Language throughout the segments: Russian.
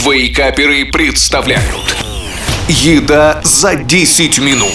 Вейкаперы представляют «Еда за 10 минут».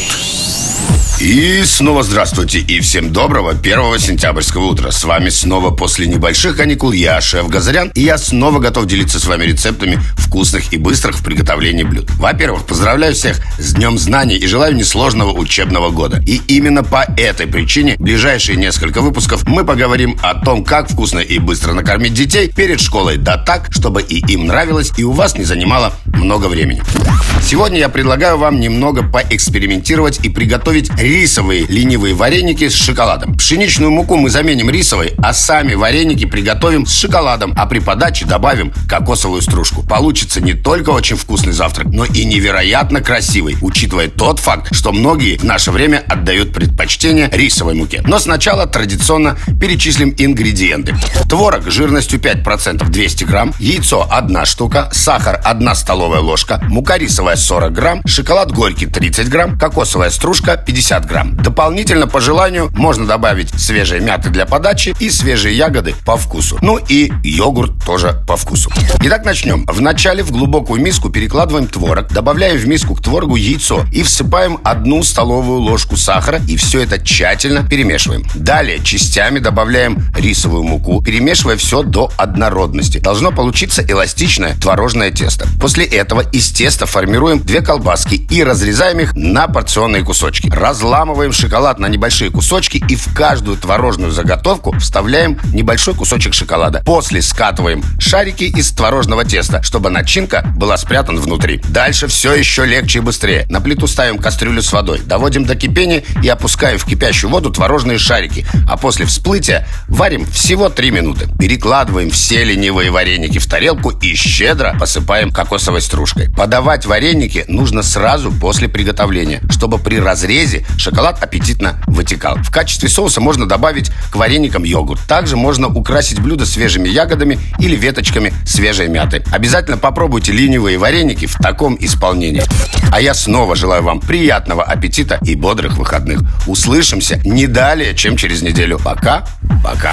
И снова здравствуйте и всем доброго 1 сентябрьского утра. С вами снова после небольших каникул я, шеф Газарян, и я снова готов делиться с вами рецептами вкусных и быстрых в приготовлении блюд. Во-первых, поздравляю всех с Днем Знаний и желаю несложного учебного года. И именно по этой причине в ближайшие несколько выпусков мы поговорим о том, как вкусно и быстро накормить детей перед школой, да так, чтобы и им нравилось, и у вас не занимало много времени. Сегодня я предлагаю вам немного поэкспериментировать и приготовить рисовые ленивые вареники с шоколадом. Пшеничную муку мы заменим рисовой, а сами вареники приготовим с шоколадом, а при подаче добавим кокосовую стружку. Получится не только очень вкусный завтрак, но и невероятно красивый, учитывая тот факт, что многие в наше время отдают предпочтение рисовой муке. Но сначала традиционно перечислим ингредиенты. Творог жирностью 5% 200 грамм, яйцо 1 штука, сахар 1 столовая ложка, мука рисовая 40 грамм, шоколад горький 30 грамм, кокосовая стружка 50 грамм. Дополнительно, по желанию, можно добавить свежие мяты для подачи и свежие ягоды по вкусу. Ну и йогурт тоже по вкусу. Итак, начнем. Вначале в глубокую миску перекладываем творог, добавляем в миску к творогу яйцо и всыпаем 1 столовую ложку сахара, и все это тщательно перемешиваем. Далее частями добавляем рисовую муку, перемешивая все до однородности. Должно получиться эластичное творожное тесто. После этого из теста формируем 2 колбаски и разрезаем их на порционные кусочки. Разламываем шоколад на небольшие кусочки и в каждую творожную заготовку вставляем небольшой кусочек шоколада. После скатываем шарики из творожного теста, чтобы начинка была спрятана внутри. Дальше все еще легче и быстрее. На плиту ставим кастрюлю с водой, доводим до кипения и опускаем в кипящую воду творожные шарики. А после всплытия варим всего 3 минуты. Перекладываем все ленивые вареники в тарелку и щедро посыпаем кокосовой стружкой. Подавать вареники нужно сразу после приготовления, чтобы при разрезе шоколад аппетитно вытекал. В качестве соуса можно добавить к вареникам йогурт. Также можно украсить блюдо свежими ягодами или веточками свежей мяты. Обязательно попробуйте ленивые вареники в таком исполнении. А я снова желаю вам приятного аппетита и бодрых выходных. Услышимся не далее, чем через неделю. Пока-пока.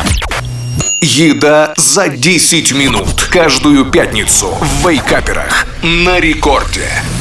«Еда за 10 минут». Каждую пятницу в Вейкаперах на рекорде.